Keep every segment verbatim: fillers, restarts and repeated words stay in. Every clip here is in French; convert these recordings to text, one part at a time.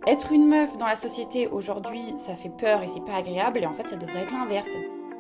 Être une meuf dans la société aujourd'hui, ça fait peur et c'est pas agréable, et en fait ça devrait être l'inverse.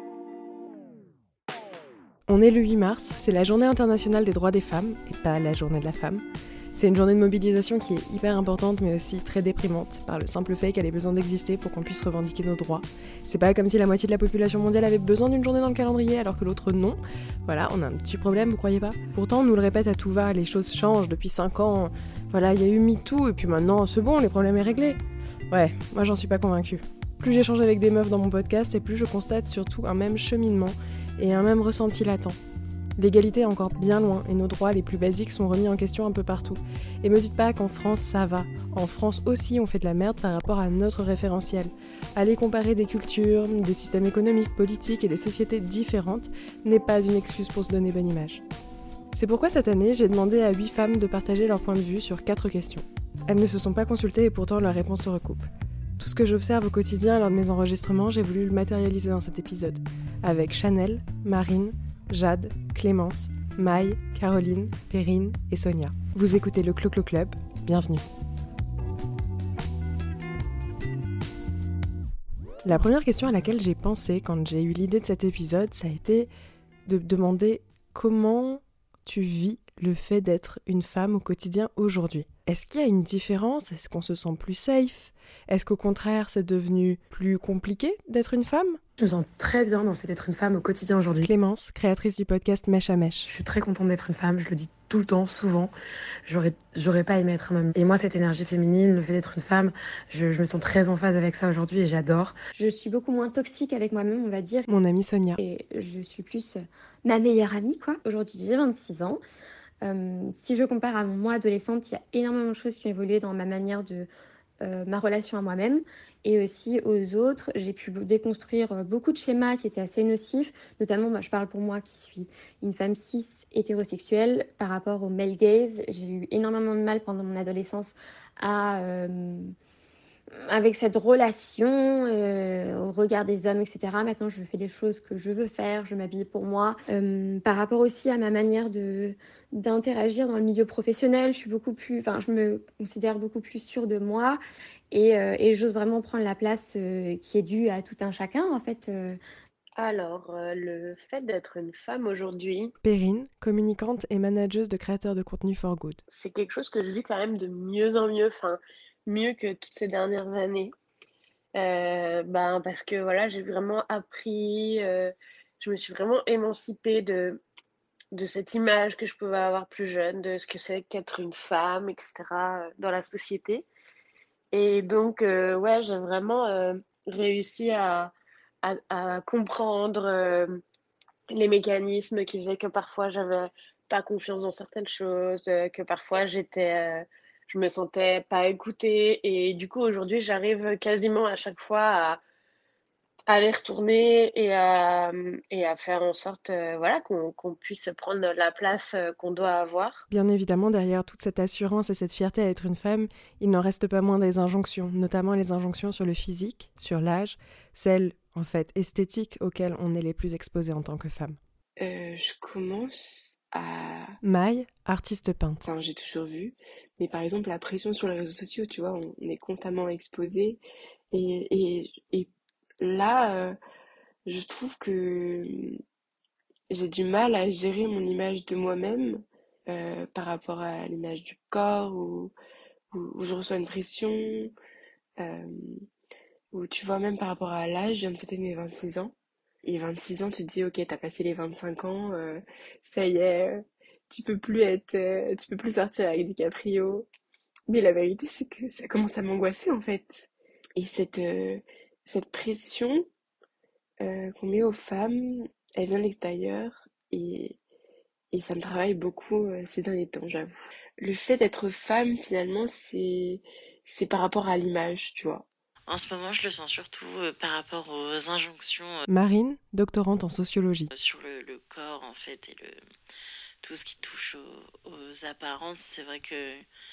On est le huit mars, c'est la journée internationale des droits des femmes, et pas la journée de la femme. C'est une journée de mobilisation qui est hyper importante mais aussi très déprimante, par le simple fait qu'elle ait besoin d'exister pour qu'on puisse revendiquer nos droits. C'est pas comme si la moitié de la population mondiale avait besoin d'une journée dans le calendrier alors que l'autre non. Voilà, on a un petit problème, vous croyez pas ? Pourtant on nous le répète à tout va, les choses changent depuis cinq ans. Voilà, il y a eu MeToo et puis maintenant c'est bon, les problèmes est réglés. Ouais, moi j'en suis pas convaincue. Plus j'échange avec des meufs dans mon podcast et plus je constate surtout un même cheminement et un même ressenti latent. L'égalité est encore bien loin et nos droits les plus basiques sont remis en question un peu partout. Et me dites pas qu'en France ça va. En France aussi on fait de la merde par rapport à notre référentiel. Aller comparer des cultures, des systèmes économiques, politiques et des sociétés différentes n'est pas une excuse pour se donner bonne image. C'est pourquoi cette année j'ai demandé à huit femmes de partager leur point de vue sur quatre questions. Elles ne se sont pas consultées et pourtant leurs réponses se recoupent. Tout ce que j'observe au quotidien lors de mes enregistrements, j'ai voulu le matérialiser dans cet épisode. Avec Chanel, Marine, Jade, Clémence, Maï, Caroline, Perrine et Sonia. Vous écoutez le Clo Clo Club, bienvenue. La première question à laquelle j'ai pensé quand j'ai eu l'idée de cet épisode, ça a été de demander comment tu vis le fait d'être une femme au quotidien aujourd'hui. Est-ce qu'il y a une différence ? Est-ce qu'on se sent plus safe ? Est-ce qu'au contraire, c'est devenu plus compliqué d'être une femme ? Je me sens très bien dans le fait d'être une femme au quotidien aujourd'hui. Clémence, créatrice du podcast Mèche à Mèche. Je suis très contente d'être une femme, je le dis tout le temps, souvent. J'aurais, j'aurais pas aimé être un homme. Et moi, cette énergie féminine, le fait d'être une femme, je, je me sens très en phase avec ça aujourd'hui et j'adore. Je suis beaucoup moins toxique avec moi-même, on va dire. Mon amie Sonia. Et je suis plus euh, ma meilleure amie, quoi. Aujourd'hui, j'ai vingt-six ans. Euh, si je compare à mon moi adolescente, il y a énormément de choses qui ont évolué dans ma manière de... Euh, ma relation à moi-même et aussi aux autres. J'ai pu déconstruire euh, beaucoup de schémas qui étaient assez nocifs, notamment bah, je parle pour moi qui suis une femme cis hétérosexuelle par rapport au male gaze. J'ai eu énormément de mal pendant mon adolescence à... Euh, avec cette relation euh, au regard des hommes, et cetera. Maintenant, je fais des choses que je veux faire, je m'habille pour moi. Euh, par rapport aussi à ma manière de, d'interagir dans le milieu professionnel, je suis beaucoup plus, enfin, je me considère beaucoup plus sûre de moi et, euh, et j'ose vraiment prendre la place euh, qui est due à tout un chacun, en fait. Euh. Alors, euh, le fait d'être une femme aujourd'hui, Perrine, communicante et manageuse de créateurs de contenu for good. c'est quelque chose que je vis quand même de mieux en mieux, enfin, mieux que toutes ces dernières années. Euh, ben, parce que voilà, j'ai vraiment appris, euh, je me suis vraiment émancipée de, de cette image que je pouvais avoir plus jeune, de ce que c'est qu'être une femme, et cetera, euh, dans la société. Et donc, euh, ouais, j'ai vraiment euh, réussi à, à, à comprendre euh, les mécanismes qui faisaient que parfois j'avais pas confiance dans certaines choses, euh, que parfois j'étais, euh, je me sentais pas écoutée. Et du coup, aujourd'hui, j'arrive quasiment à chaque fois à, à les retourner et à, et à faire en sorte, euh, voilà, qu'on, qu'on puisse prendre la place euh, qu'on doit avoir. Bien évidemment, derrière toute cette assurance et cette fierté à être une femme, il n'en reste pas moins des injonctions, notamment les injonctions sur le physique, sur l'âge, celles, en fait, esthétiques auxquelles on est les plus exposées en tant que femme. Euh, je commence à... Maï, artiste peintre. Enfin, j'ai toujours vu, mais par exemple, la pression sur les réseaux sociaux, tu vois, on, on est constamment exposé. Et, et, et là, euh, je trouve que j'ai du mal à gérer mon image de moi-même euh, par rapport à l'image du corps, où, où, où je reçois une pression, euh, ou tu vois, même par rapport à l'âge, je viens de fêter mes vingt-six ans. Et vingt-six ans, tu te dis, ok, t'as passé les vingt-cinq ans, euh, ça y est, euh, tu peux plus être, euh, tu peux plus sortir avec DiCaprio. Mais la vérité, c'est que ça commence à m'angoisser, en fait. Et cette, euh, cette pression euh, qu'on met aux femmes, elle vient de l'extérieur et, et ça me travaille beaucoup euh, ces derniers temps, j'avoue. Le fait d'être femme, finalement, c'est, c'est par rapport à l'image, tu vois. En ce moment, je le sens surtout euh, par rapport aux injonctions euh, Marine, doctorante en sociologie. sur le, le corps, en fait, et le, tout ce qui touche aux, aux apparences. C'est vrai que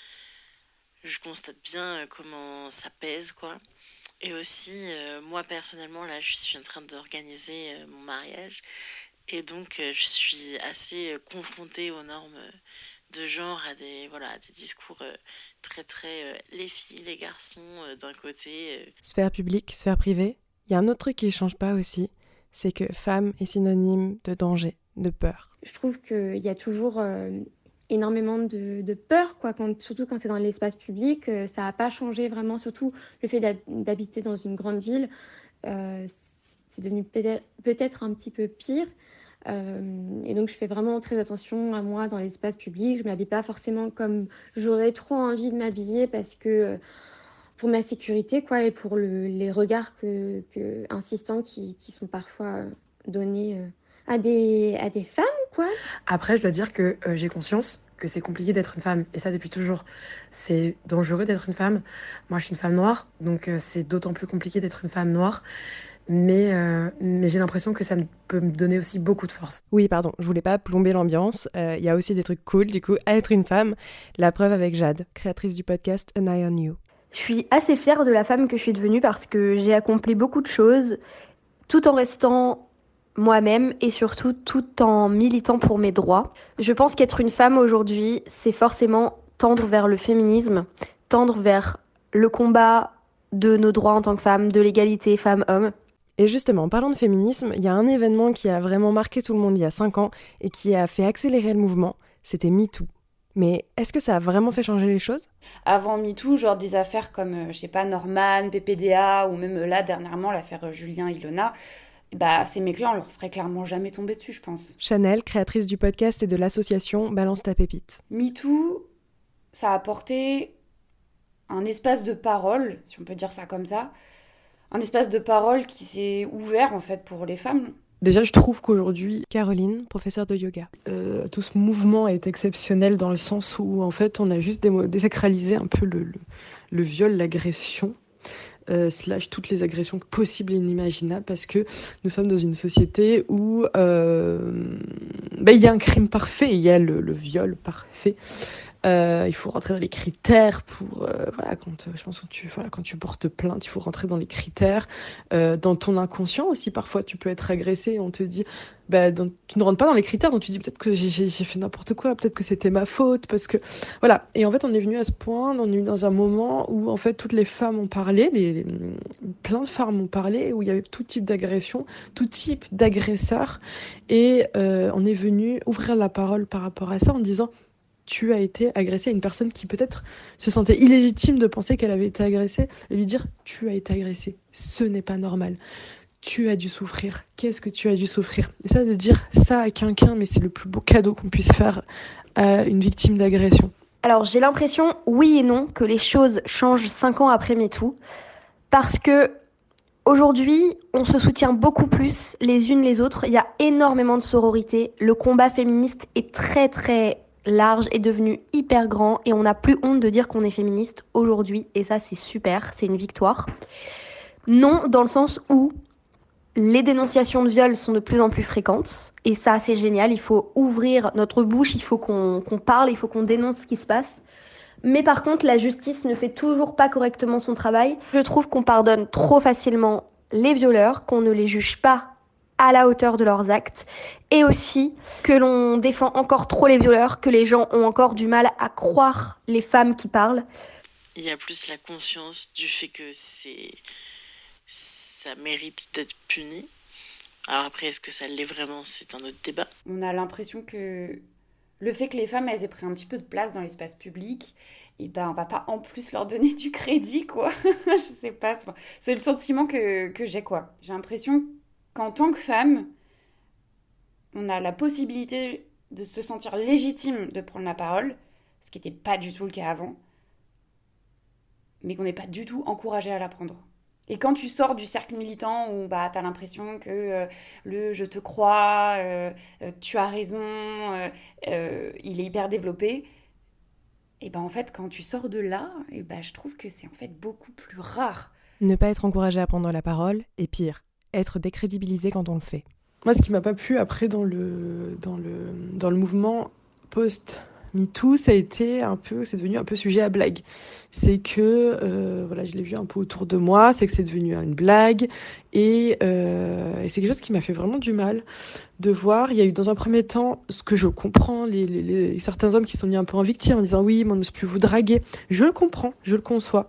je constate bien euh, comment ça pèse, quoi. Et aussi, euh, moi, personnellement, là, je suis en train d'organiser euh, mon mariage. Et donc, euh, je suis assez euh, confrontée aux normes euh, de genre à des, voilà, à des discours euh, très très euh, les filles, les garçons euh, d'un côté. Euh. Sphère publique, sphère privée, il y a un autre truc qui ne change pas aussi, c'est que femme est synonyme de danger, de peur. Je trouve qu'il y a toujours euh, énormément de, de peur, quoi, quand, surtout quand tu es dans l'espace public. Euh, ça n'a pas changé vraiment, surtout le fait d'habiter dans une grande ville. Euh, c'est devenu peut-être, peut-être un petit peu pire. Euh, et donc, je fais vraiment très attention à moi dans l'espace public. Je ne m'habille pas forcément comme j'aurais trop envie de m'habiller parce que... Euh, pour ma sécurité, quoi, et pour le, les regards que, que, insistants qui, qui sont parfois donnés euh, à, des, à des femmes, quoi. Après, je dois dire que euh, j'ai conscience que c'est compliqué d'être une femme, et ça depuis toujours. C'est dangereux d'être une femme. Moi, je suis une femme noire, donc euh, c'est d'autant plus compliqué d'être une femme noire. Mais, euh, mais j'ai l'impression que ça peut me donner aussi beaucoup de force. Oui, pardon, je voulais pas plomber l'ambiance. Il euh, y a aussi des trucs cool, du coup, à être une femme. La preuve avec Jade, créatrice du podcast An Eye on You. Je suis assez fière de la femme que je suis devenue parce que j'ai accompli beaucoup de choses tout en restant moi-même et surtout tout en militant pour mes droits. Je pense qu'être une femme aujourd'hui, c'est forcément tendre vers le féminisme, tendre vers le combat de nos droits en tant que femmes, de l'égalité femmes-hommes. Et justement, parlant de féminisme, il y a un événement qui a vraiment marqué tout le monde il y a cinq ans et qui a fait accélérer le mouvement, c'était MeToo. Mais est-ce que ça a vraiment fait changer les choses ? Avant MeToo, genre des affaires comme, euh, je sais pas, Norman, P P D A, ou même là, dernièrement, l'affaire Julien Ilona, bah, ces mecs-là, on leur serait clairement jamais tombé dessus, je pense. Chanel, créatrice du podcast et de l'association Balance ta pépite. MeToo, ça a apporté un espace de parole, si on peut dire ça comme ça, un espace de parole qui s'est ouvert, en fait, pour les femmes. Déjà, je trouve qu'aujourd'hui... Caroline, professeure de yoga. Euh, tout ce mouvement est exceptionnel dans le sens où, en fait, on a juste démo- désacralisé un peu le, le, le viol, l'agression, euh, slash toutes les agressions possibles et inimaginables, parce que nous sommes dans une société où euh, bah, il y a un crime parfait, il y a le, le viol parfait. Euh, il faut rentrer dans les critères pour euh, voilà quand je pense que tu voilà quand tu portes plainte, il faut rentrer dans les critères. Euh, dans ton inconscient aussi, parfois tu peux être agressé et on te dit bah dans, tu ne rentres pas dans les critères, donc tu dis peut-être que j'ai, j'ai, j'ai fait n'importe quoi, peut-être que c'était ma faute, parce que voilà. Et en fait on est venu à ce point, on est venu dans un moment où en fait toutes les femmes ont parlé, les, les plein de femmes ont parlé, où il y avait tout type d'agression, tout type d'agresseurs, et euh, on est venu ouvrir la parole par rapport à ça en disant tu as été agressée à une personne qui peut-être se sentait illégitime de penser qu'elle avait été agressée, et lui dire tu as été agressée, ce n'est pas normal, tu as dû souffrir, qu'est-ce que tu as dû souffrir, et ça de dire ça à quelqu'un, mais c'est le plus beau cadeau qu'on puisse faire à une victime d'agression. Alors j'ai l'impression, oui et non, que les choses changent cinq ans après MeToo, parce que aujourd'hui, on se soutient beaucoup plus les unes les autres, il y a énormément de sororité, le combat féministe est très très large, est devenu hyper grand et on n'a plus honte de dire qu'on est féministe aujourd'hui, et ça c'est super, c'est une victoire. Non, dans le sens où les dénonciations de viol sont de plus en plus fréquentes, et ça c'est génial, il faut ouvrir notre bouche, il faut qu'on, qu'on parle, il faut qu'on dénonce ce qui se passe. Mais par contre, la justice ne fait toujours pas correctement son travail. Je trouve qu'on pardonne trop facilement les violeurs, qu'on ne les juge pas à la hauteur de leurs actes, et aussi que l'on défend encore trop les violeurs, que les gens ont encore du mal à croire les femmes qui parlent. Il y a plus la conscience du fait que c'est ça mérite d'être puni. Alors après, est-ce que ça l'est vraiment, c'est un autre débat. On a l'impression que le fait que les femmes elles aient pris un petit peu de place dans l'espace public, et ben on va pas en plus leur donner du crédit, quoi. Je sais pas, c'est le sentiment que, que j'ai, quoi. J'ai l'impression qu'en tant que femme, on a la possibilité de se sentir légitime de prendre la parole, ce qui n'était pas du tout le cas avant, mais qu'on n'est pas du tout encouragé à la prendre. Et quand tu sors du cercle militant où bah, tu as l'impression que euh, le « je te crois euh, euh, »,« tu as raison euh, euh, », il est hyper développé, et ben en fait, quand tu sors de là, et ben, je trouve que c'est en fait beaucoup plus rare. Ne pas être encouragé à prendre la parole, et pire, être décrédibilisé quand on le fait. Moi, ce qui m'a pas plu après dans le, dans le, dans le mouvement post MeToo, ça a été un peu, c'est devenu un peu sujet à blague. C'est que, euh, voilà, je l'ai vu un peu autour de moi, c'est que c'est devenu une blague, et, euh, et c'est quelque chose qui m'a fait vraiment du mal de voir. Il y a eu dans un premier temps, ce que je comprends, les, les, les- certains hommes qui sont mis un peu en victime en disant oui, mais on n'ose plus vous draguer. Je le comprends, je le conçois.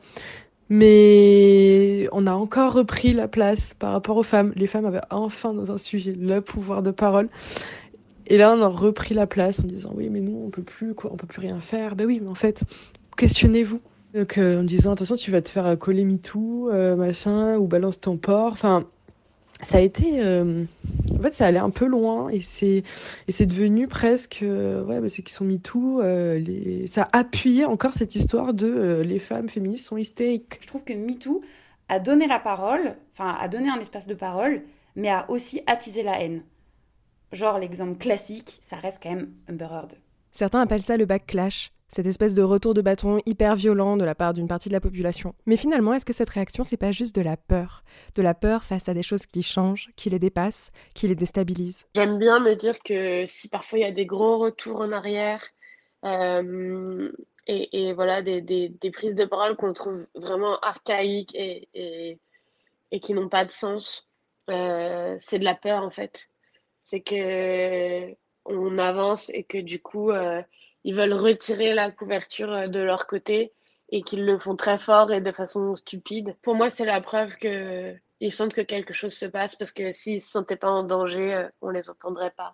Mais on a encore repris la place par rapport aux femmes. Les femmes avaient enfin dans un sujet le pouvoir de parole. Et là, on a repris la place en disant oui, mais nous, on peut plus, quoi, on peut plus rien faire. Ben oui, mais en fait, questionnez-vous. Donc, euh, en disant attention, tu vas te faire euh, coller MeToo, euh, machin, ou balance ton porc. Enfin, ça a été, euh, en fait, ça allait un peu loin et c'est et c'est devenu presque, euh, ouais, bah, c'est qu'ils sont MeToo. Euh, les... Ça a appuyé encore cette histoire de euh, les femmes féministes sont hystériques. Je trouve que MeToo a donné la parole, enfin a donné un espace de parole, mais a aussi attisé la haine. Genre l'exemple classique, ça reste quand même Amber Heard. Certains appellent ça le backlash, cette espèce de retour de bâton hyper violent de la part d'une partie de la population. Mais finalement, est-ce que cette réaction, c'est pas juste de la peur? De la peur face à des choses qui changent, qui les dépassent, qui les déstabilisent? J'aime bien me dire que si parfois il y a des gros retours en arrière euh, et, et voilà des, des, des prises de parole qu'on trouve vraiment archaïques et, et, et qui n'ont pas de sens, euh, c'est de la peur en fait. C'est que on avance et que du coup euh, ils veulent retirer la couverture de leur côté et qu'ils le font très fort et de façon stupide. Pour moi, c'est la preuve que ils sentent que quelque chose se passe parce que s'ils se sentaient pas en danger, euh, on les entendrait pas.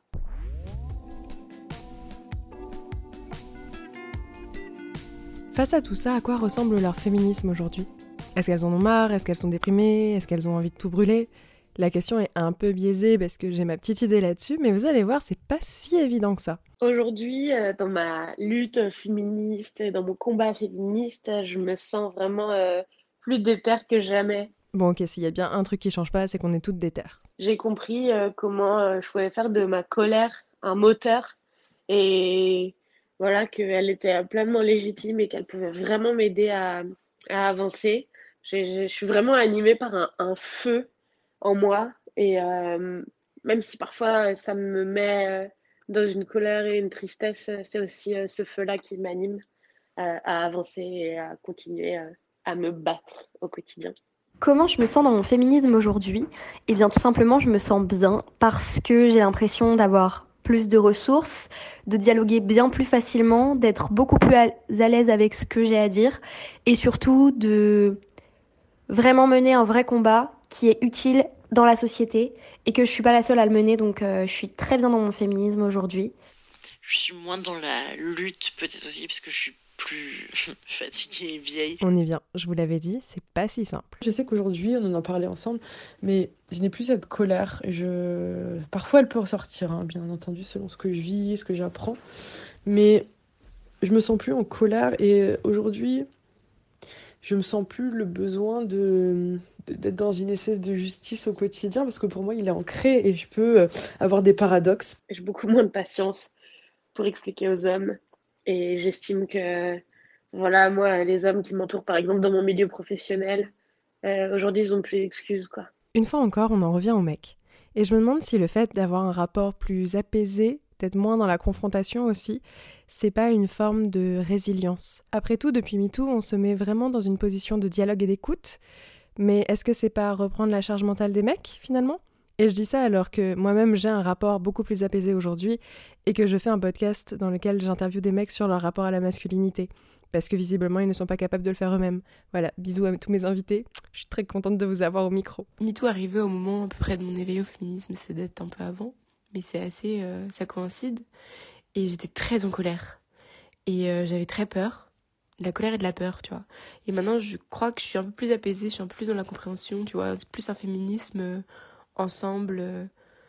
Face à tout ça, à quoi ressemble leur féminisme aujourd'hui? Est-ce qu'elles en ont marre? Est-ce qu'elles sont déprimées? Est-ce qu'elles ont envie de tout brûler? La question est un peu biaisée parce que j'ai ma petite idée là-dessus, mais vous allez voir, c'est pas si évident que ça. Aujourd'hui, euh, dans ma lutte féministe et dans mon combat féministe, je me sens vraiment euh, plus déterre que jamais. Bon, ok, s'il y a bien un truc qui change pas, c'est qu'on est toutes déterres. J'ai compris euh, comment euh, je pouvais faire de ma colère un moteur et voilà qu'elle était pleinement légitime et qu'elle pouvait vraiment m'aider à, à avancer. J'ai- j'ai- je suis vraiment animée par un, un feu en moi et euh, même si parfois ça me met euh, dans une colère et une tristesse, c'est aussi euh, ce feu-là qui m'anime euh, à avancer et à continuer euh, à me battre au quotidien. Comment je me sens dans mon féminisme aujourd'hui? Eh bien, tout simplement, je me sens bien parce que j'ai l'impression d'avoir plus de ressources, de dialoguer bien plus facilement, d'être beaucoup plus à à l'aise avec ce que j'ai à dire et surtout de vraiment mener un vrai combat qui est utile dans la société et que je suis pas la seule à le mener, donc euh, je suis très bien dans mon féminisme aujourd'hui. Je suis moins dans la lutte, peut-être aussi, parce que je suis plus fatiguée et vieille. On y vient, je vous l'avais dit, c'est pas si simple. Je sais qu'aujourd'hui, on en a parlé ensemble, mais je n'ai plus cette colère. Et je... Parfois, elle peut ressortir, hein, bien entendu, selon ce que je vis, ce que j'apprends. Mais je me sens plus en colère et aujourd'hui, je me sens plus le besoin de de- d'être dans une espèce de justice au quotidien parce que pour moi, il est ancré et je peux euh, avoir des paradoxes. J'ai beaucoup moins de patience pour expliquer aux hommes et j'estime que, voilà, moi, les hommes qui m'entourent, par exemple, dans mon milieu professionnel, euh, aujourd'hui, ils ont plus d'excuses, quoi. Une fois encore, on en revient au mec. Et je me demande si le fait d'avoir un rapport plus apaisé, peut-être moins dans la confrontation aussi, c'est pas une forme de résilience. Après tout, depuis MeToo, on se met vraiment dans une position de dialogue et d'écoute, mais est-ce que c'est pas reprendre la charge mentale des mecs, finalement? Et je dis ça alors que moi-même j'ai un rapport beaucoup plus apaisé aujourd'hui et que je fais un podcast dans lequel j'interviewe des mecs sur leur rapport à la masculinité. Parce que visiblement, ils ne sont pas capables de le faire eux-mêmes. Voilà, bisous à tous mes invités. Je suis très contente de vous avoir au micro. MeToo arrivé au moment à peu près de mon éveil au féminisme, c'est d'être un peu avant, mais c'est assez, euh, ça coïncide. Et j'étais très en colère. Et euh, j'avais très peur. De la colère et de la peur, tu vois. Et maintenant, je crois que je suis un peu plus apaisée, je suis un peu plus dans la compréhension, tu vois. C'est plus un féminisme euh, ensemble euh,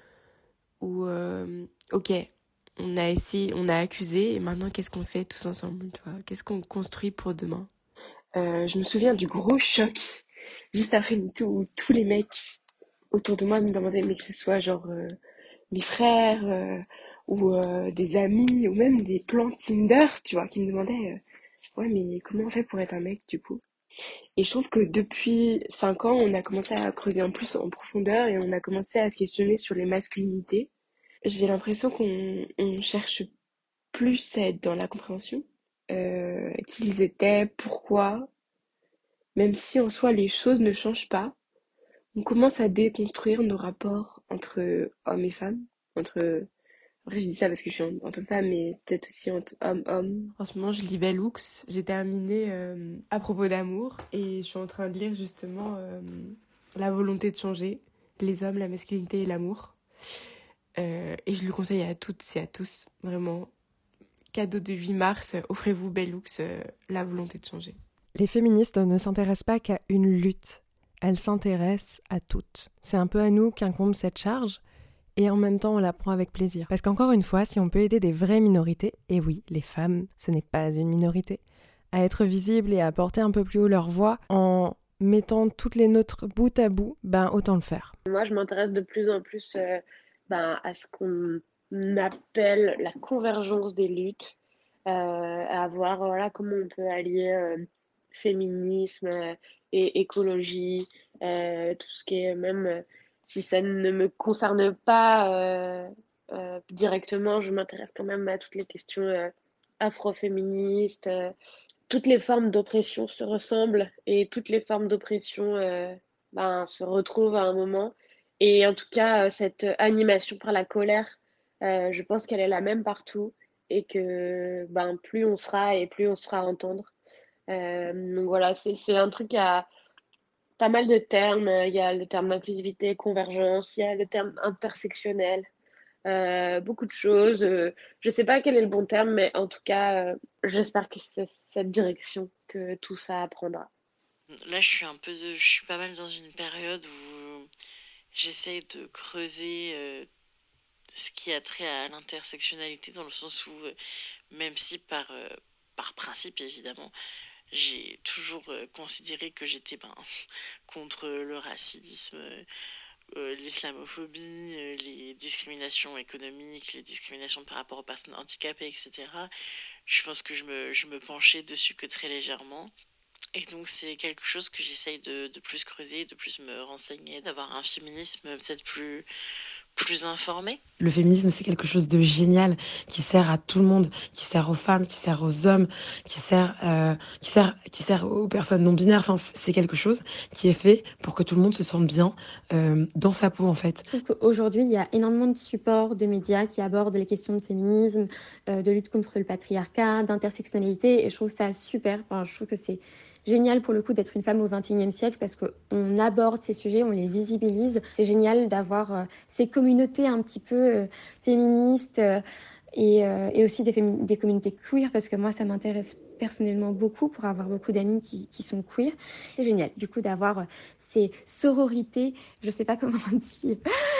où, euh, ok, on a essayé, on a accusé, et maintenant, qu'est-ce qu'on fait tous ensemble, tu vois. Qu'est-ce qu'on construit pour demain. Euh, je me souviens du gros choc, juste après MeToo, où tous les mecs autour de moi me demandaient, mais que ce soit genre euh, mes frères, euh, ou euh, des amis, ou même des plans Tinder, tu vois, qui me demandaient... euh, Ouais, mais comment on fait pour être un mec, du coup? Et je trouve que depuis cinq ans, on a commencé à creuser un plus en profondeur et on a commencé à se questionner sur les masculinités. J'ai l'impression qu'on on cherche plus à être dans la compréhension, euh, qui ils étaient, pourquoi, même si en soi les choses ne changent pas, on commence à déconstruire nos rapports entre hommes et femmes, entre... Après, je dis ça parce que je suis en, en tant que femme, mais peut-être aussi entre hommes-hommes. En ce moment, je lis Bellux. J'ai terminé euh, à propos d'amour et je suis en train de lire justement euh, La volonté de changer, les hommes, la masculinité et l'amour. Euh, et je le conseille à toutes et à tous, vraiment. Cadeau de huit mars, offrez-vous Bellux, euh, La volonté de changer. Les féministes ne s'intéressent pas qu'à une lutte. Elles s'intéressent à toutes. C'est un peu à nous qu'incombe cette charge. Et en même temps, on la prend avec plaisir. Parce qu'encore une fois, si on peut aider des vraies minorités, et oui, les femmes, ce n'est pas une minorité, à être visibles et à porter un peu plus haut leur voix en mettant toutes les nôtres bout à bout, ben autant le faire. Moi, je m'intéresse de plus en plus euh, ben, à ce qu'on appelle la convergence des luttes, euh, à voir voilà, comment on peut allier euh, féminisme euh, et écologie, euh, tout ce qui est même... Euh, si ça ne me concerne pas euh, euh, directement, je m'intéresse quand même à toutes les questions euh, afroféministes. Euh, toutes les formes d'oppression se ressemblent et toutes les formes d'oppression euh, ben, se retrouvent à un moment. Et en tout cas, euh, cette animation par la colère, euh, je pense qu'elle est la même partout et que ben, plus on sera et plus on se fera entendre. Euh, donc voilà, c'est, c'est un truc à pas mal de termes. Il y a le terme d'inclusivité, convergence, il y a le terme intersectionnel, euh, beaucoup de choses. Euh, je sais pas quel est le bon terme, mais en tout cas, euh, j'espère que c'est cette direction que tout ça prendra. Là, je suis un peu, de- je suis pas mal dans une période où j'essaye de creuser euh, ce qui a trait à l'intersectionnalité, dans le sens où, euh, même si par, euh, par principe, évidemment, j'ai toujours euh, considéré que j'étais ben, contre le racisme, euh, l'islamophobie, euh, les discriminations économiques, les discriminations par rapport aux personnes handicapées, et cetera. Je pense que je me, je me penchais dessus que très légèrement. Et donc c'est quelque chose que j'essaye de, de plus creuser, de plus me renseigner, d'avoir un féminisme peut-être plus, plus informé. Le féminisme, c'est quelque chose de génial qui sert à tout le monde, qui sert aux femmes, qui sert aux hommes, qui sert, euh, qui sert, qui sert aux personnes non binaires. Enfin, c'est quelque chose qui est fait pour que tout le monde se sente bien euh, dans sa peau, en fait. Je trouve qu'aujourd'hui, il y a énormément de supports, de médias qui abordent les questions de féminisme, euh, de lutte contre le patriarcat, d'intersectionnalité, et je trouve ça super. Enfin, je trouve que c'est génial pour le coup d'être une femme au vingt et unième siècle parce qu'on aborde ces sujets, on les visibilise. C'est génial d'avoir euh, ces communautés un petit peu euh, féministes euh, et, euh, et aussi des, fémi- des communautés queer parce que moi ça m'intéresse personnellement beaucoup pour avoir beaucoup d'amis qui, qui sont queer. C'est génial du coup d'avoir euh, ces sororités, je sais pas comment on dit,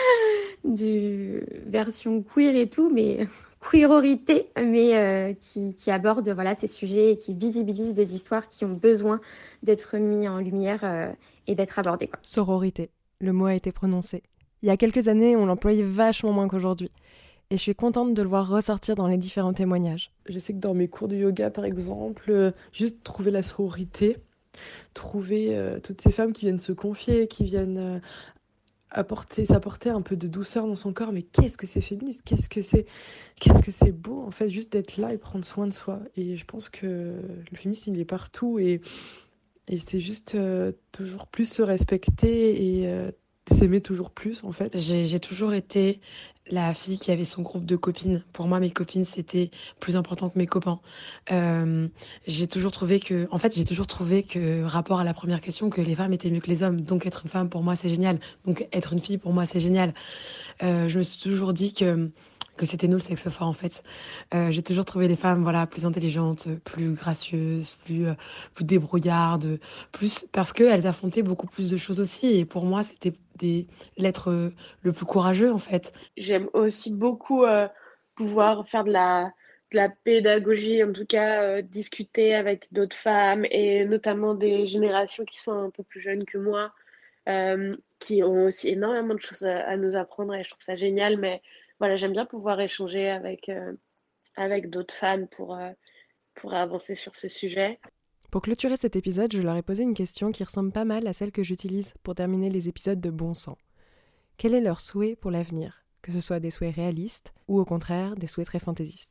du version queer et tout, mais queerorité, mais euh, qui, qui aborde voilà, ces sujets et qui visibilise des histoires qui ont besoin d'être mis en lumière euh, et d'être abordées. Quoi. Sororité, le mot a été prononcé. Il y a quelques années, on l'employait vachement moins qu'aujourd'hui. Et je suis contente de le voir ressortir dans les différents témoignages. Je sais que dans mes cours de yoga, par exemple, euh, juste trouver la sororité, trouver euh, toutes ces femmes qui viennent se confier, qui viennent euh, apporter, s'apporter un peu de douceur dans son corps. Mais qu'est-ce que c'est féministe, qu'est-ce que c'est, qu'est-ce que c'est beau, en fait, juste d'être là et prendre soin de soi. Et je pense que le féminisme, il est partout. Et, et c'est juste euh, toujours plus se respecter et euh, s'aimer toujours plus, en fait. J'ai, j'ai toujours été la fille qui avait son groupe de copines. Pour moi, mes copines, c'était plus important que mes copains. Euh, j'ai toujours trouvé que, en fait, j'ai toujours trouvé que, rapport à la première question, que les femmes étaient mieux que les hommes. Donc, être une femme, pour moi, c'est génial. Donc, être une fille, pour moi, c'est génial. Euh, je me suis toujours dit que, que c'était nous le sexe fort, en fait. Euh, j'ai toujours trouvé les femmes, voilà, plus intelligentes, plus gracieuses, plus, euh, plus débrouillardes, plus, parce qu'elles affrontaient beaucoup plus de choses aussi. Et pour moi, c'était des, l'être euh, le plus courageux, en fait. J'aime aussi beaucoup euh, pouvoir faire de la, de la pédagogie, en tout cas euh, discuter avec d'autres femmes et notamment des générations qui sont un peu plus jeunes que moi, euh, qui ont aussi énormément de choses à, à nous apprendre et je trouve ça génial. Mais voilà, j'aime bien pouvoir échanger avec, euh, avec d'autres femmes pour, euh, pour avancer sur ce sujet. Pour clôturer cet épisode, je leur ai posé une question qui ressemble pas mal à celle que j'utilise pour terminer les épisodes de Bon Sang. Quel est leur souhait pour l'avenir ? Que ce soit des souhaits réalistes ou au contraire des souhaits très fantaisistes.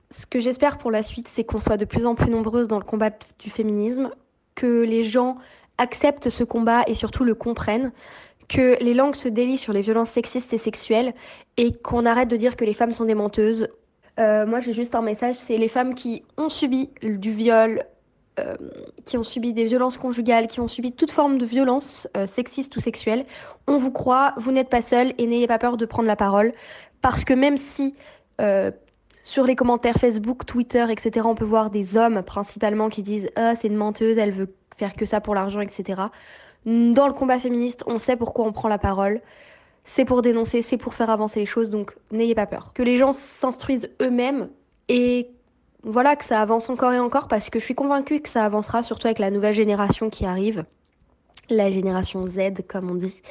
Ce que j'espère pour la suite, c'est qu'on soit de plus en plus nombreuses dans le combat du féminisme, que les gens acceptent ce combat et surtout le comprennent, que les langues se délient sur les violences sexistes et sexuelles et qu'on arrête de dire que les femmes sont des menteuses. Euh, moi, j'ai juste un message, c'est les femmes qui ont subi du viol, euh, qui ont subi des violences conjugales, qui ont subi toute forme de violence euh, sexiste ou sexuelle. On vous croit, vous n'êtes pas seules et n'ayez pas peur de prendre la parole, parce que même si euh, sur les commentaires Facebook, Twitter, et cetera, on peut voir des hommes principalement qui disent « Ah, c'est une menteuse, elle veut faire que ça pour l'argent, et cetera » Dans le combat féministe, on sait pourquoi on prend la parole. C'est pour dénoncer, c'est pour faire avancer les choses, donc n'ayez pas peur. Que les gens s'instruisent eux-mêmes et voilà, que ça avance encore et encore, parce que je suis convaincue que ça avancera, surtout avec la nouvelle génération qui arrive, la génération Z, comme on dit.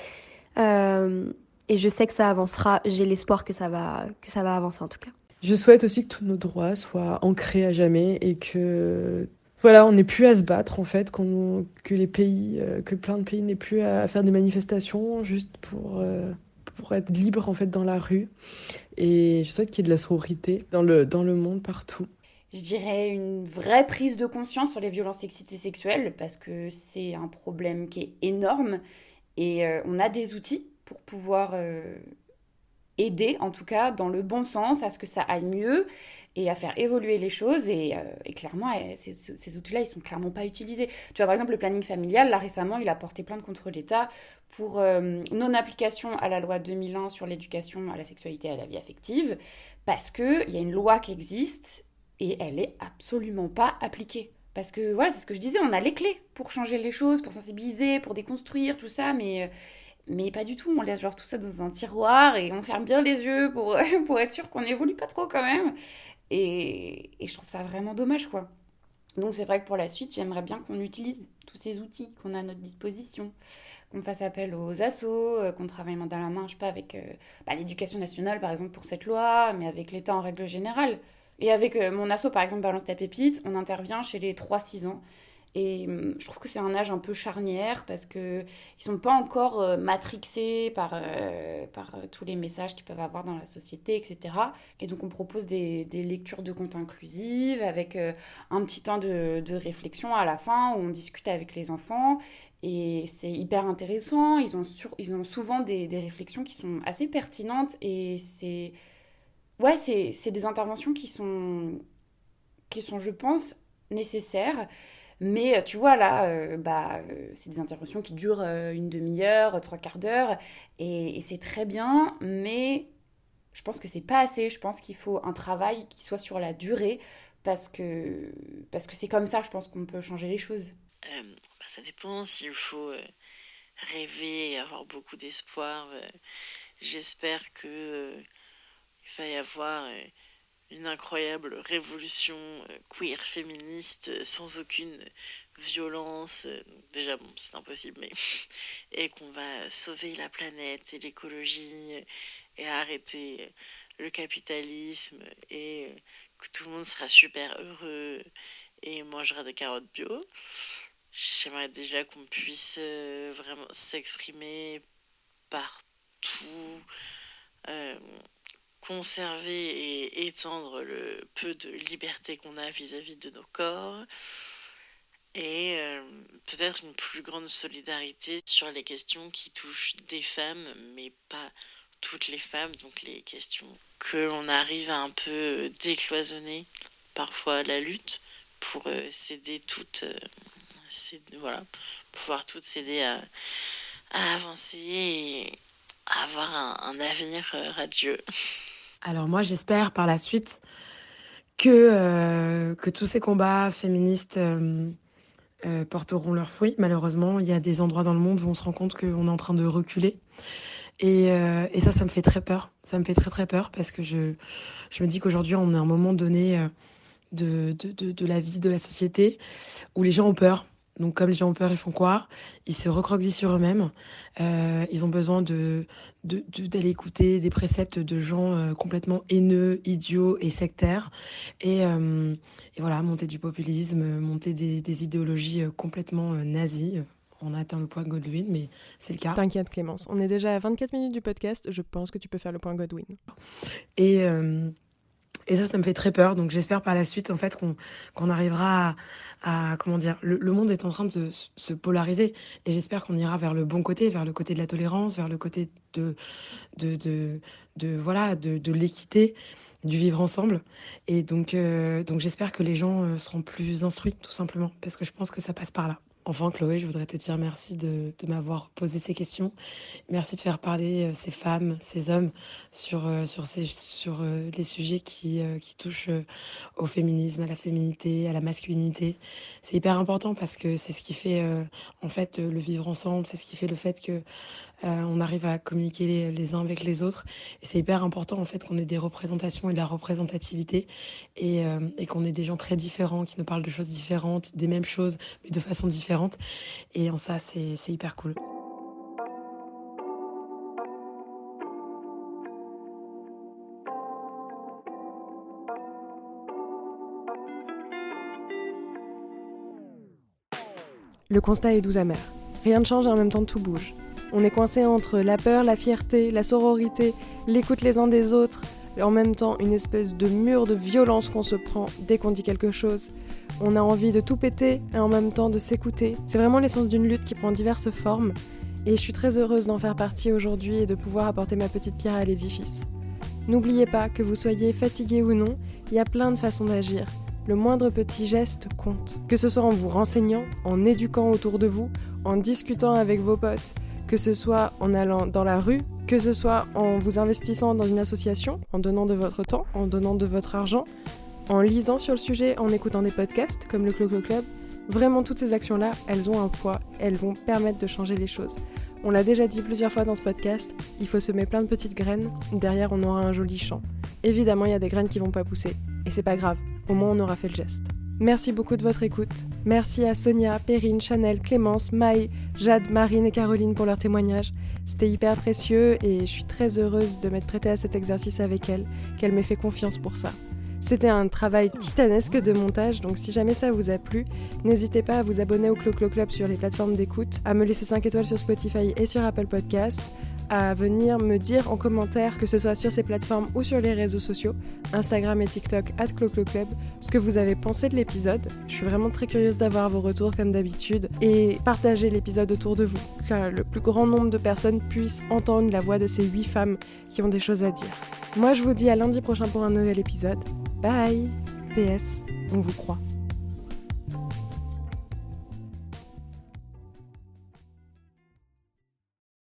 Euh, et je sais que ça avancera, j'ai l'espoir que ça va, que ça va avancer en tout cas. Je souhaite aussi que tous nos droits soient ancrés à jamais et que voilà, on n'ait plus à se battre en fait, qu'on, que les pays, euh, que plein de pays n'aient plus à faire des manifestations juste pour, euh, pour être libres en fait dans la rue. Et je souhaite qu'il y ait de la sororité dans le, dans le monde partout. Je dirais une vraie prise de conscience sur les violences sexistes et sexuelles, parce que c'est un problème qui est énorme et euh, on a des outils pour pouvoir euh, aider, en tout cas dans le bon sens, à ce que ça aille mieux et à faire évoluer les choses. Et, euh, et clairement, euh, ces, ces outils-là, ils sont clairement pas utilisés. Tu vois, par exemple, le planning familial, là récemment, il a porté plainte contre l'État pour euh, non-application à la loi deux mille un sur l'éducation à la sexualité et à la vie affective, parce qu'il y a une loi qui existe et elle est absolument pas appliquée. Parce que, voilà, c'est ce que je disais, on a les clés pour changer les choses, pour sensibiliser, pour déconstruire, tout ça, mais... Mais pas du tout, on laisse genre tout ça dans un tiroir et on ferme bien les yeux pour, pour être sûr qu'on n'évolue pas trop quand même. Et, et je trouve ça vraiment dommage, quoi. Donc c'est vrai que pour la suite, j'aimerais bien qu'on utilise tous ces outils qu'on a à notre disposition, qu'on fasse appel aux assos, qu'on travaille main dans la main, je sais pas, avec euh, bah, l'éducation nationale par exemple pour cette loi, mais avec l'État en règle générale. Et avec euh, mon asso par exemple, Balance ta pépite, on intervient chez les trois six ans. Et je trouve que c'est un âge un peu charnière parce qu'ils ne sont pas encore euh, matrixés par, euh, par euh, tous les messages qu'ils peuvent avoir dans la société, et cetera. Et donc on propose des, des lectures de contes inclusives avec euh, un petit temps de, de réflexion à la fin où on discute avec les enfants. Et c'est hyper intéressant. Ils ont, sur, ils ont souvent des, des réflexions qui sont assez pertinentes. Et c'est, ouais, c'est, c'est des interventions qui sont, qui sont, je pense, nécessaires. Mais tu vois, là, euh, bah, euh, c'est des interventions qui durent euh, une demi-heure, trois quarts d'heure, et, et c'est très bien, mais je pense que c'est pas assez. Je pense qu'il faut un travail qui soit sur la durée, parce que, parce que c'est comme ça, je pense qu'on peut changer les choses. Euh, bah, ça dépend s'il faut euh, rêver et avoir beaucoup d'espoir. Euh, j'espère que euh, il va y avoir... Euh, une incroyable révolution euh, queer féministe euh, sans aucune violence. Euh, déjà, bon, c'est impossible, mais... et qu'on va sauver la planète et l'écologie euh, et arrêter euh, le capitalisme et euh, que tout le monde sera super heureux et mangera des carottes bio. J'aimerais déjà qu'on puisse euh, vraiment s'exprimer partout, euh, conserver et étendre le peu de liberté qu'on a vis-à-vis de nos corps et euh, peut-être une plus grande solidarité sur les questions qui touchent des femmes mais pas toutes les femmes, donc les questions que l'on arrive à un peu décloisonner parfois la lutte pour euh, s'aider toutes euh, s'aider, voilà, pouvoir toutes s'aider à, à avancer et à avoir un, un avenir euh, radieux. Alors moi, j'espère par la suite que, euh, que tous ces combats féministes euh, euh, porteront leurs fruits. Malheureusement, il y a des endroits dans le monde où on se rend compte qu'on est en train de reculer. Et, euh, et ça, ça me fait très peur. Ça me fait très très peur parce que je, je me dis qu'aujourd'hui, on est à un moment donné euh, de, de, de, de la vie, de la société, où les gens ont peur. Donc comme les gens ont peur, ils font quoi ? Ils se recroquevillent sur eux-mêmes. Euh, ils ont besoin de, de, de, d'aller écouter des préceptes de gens euh, complètement haineux, idiots et sectaires. Et, euh, et voilà, monter du populisme, monter des, des idéologies euh, complètement euh, nazies. On a atteint le point Godwin, mais c'est le cas. T'inquiète Clémence, on est déjà à vingt-quatre minutes du podcast. Je pense que tu peux faire le point Godwin. Et... Euh, Et ça, ça me fait très peur. Donc j'espère par la suite, en fait, qu'on qu'on arrivera à, à- comment dire, le, le monde est en train de se, se polariser. Et j'espère qu'on ira vers le bon côté, vers le côté de la tolérance, vers le côté de, de, de, de voilà, de, de l'équité, du vivre ensemble. Et donc, euh, donc j'espère que les gens euh, seront plus instruits, tout simplement, parce que je pense que ça passe par là. Enfin, Chloé, je voudrais te dire merci de, de m'avoir posé ces questions. Merci de faire parler euh, ces femmes, ces hommes sur, euh, sur, ces, sur euh, les sujets qui, euh, qui touchent euh, au féminisme, à la féminité, à la masculinité. C'est hyper important parce que c'est ce qui fait euh, en fait euh, le vivre ensemble, c'est ce qui fait le fait que euh, on arrive à communiquer les, les uns avec les autres. Et c'est hyper important en fait qu'on ait des représentations et de la représentativité et, euh, et qu'on ait des gens très différents qui nous parlent de choses différentes, des mêmes choses, mais de façon différente. Et en ça, c'est c'est hyper cool. Le constat est doux amer. Rien ne change et en même temps tout bouge. On est coincé entre la peur, la fierté, la sororité, l'écoute les uns des autres, et en même temps une espèce de mur de violence qu'on se prend dès qu'on dit quelque chose. On a envie de tout péter et en même temps de s'écouter. C'est vraiment l'essence d'une lutte qui prend diverses formes et je suis très heureuse d'en faire partie aujourd'hui et de pouvoir apporter ma petite pierre à l'édifice. N'oubliez pas que vous soyez fatigué ou non, il y a plein de façons d'agir. Le moindre petit geste compte. Que ce soit en vous renseignant, en éduquant autour de vous, en discutant avec vos potes, que ce soit en allant dans la rue, que ce soit en vous investissant dans une association, en donnant de votre temps, en donnant de votre argent, en lisant sur le sujet, en écoutant des podcasts comme le Clo-Clo Club. Vraiment, toutes ces actions-là, elles ont un poids, elles vont permettre de changer les choses. On l'a déjà dit plusieurs fois dans ce podcast, il faut semer plein de petites graines, derrière on aura un joli champ. Évidemment, il y a des graines qui vont pas pousser, et c'est pas grave, au moins on aura fait le geste. Merci beaucoup de votre écoute. Merci à Sonia, Perrine, Chanel, Clémence, Maï, Jade, Marine et Caroline pour leurs témoignages. C'était hyper précieux et je suis très heureuse de m'être prêtée à cet exercice avec elles, qu'elles m'aient fait confiance pour ça. C'était un travail titanesque de montage, donc si jamais ça vous a plu, n'hésitez pas à vous abonner au Clo-Clo Club sur les plateformes d'écoute, à me laisser cinq étoiles sur Spotify et sur Apple Podcast, à venir me dire en commentaire, que ce soit sur ces plateformes ou sur les réseaux sociaux, Instagram et TikTok arobase Clo-Clo Club, ce que vous avez pensé de l'épisode. Je suis vraiment très curieuse d'avoir vos retours comme d'habitude et partagez l'épisode autour de vous, que le plus grand nombre de personnes puissent entendre la voix de ces huit femmes qui ont des choses à dire. Moi je vous dis à lundi prochain pour un nouvel épisode. Bye. P S. On vous croit.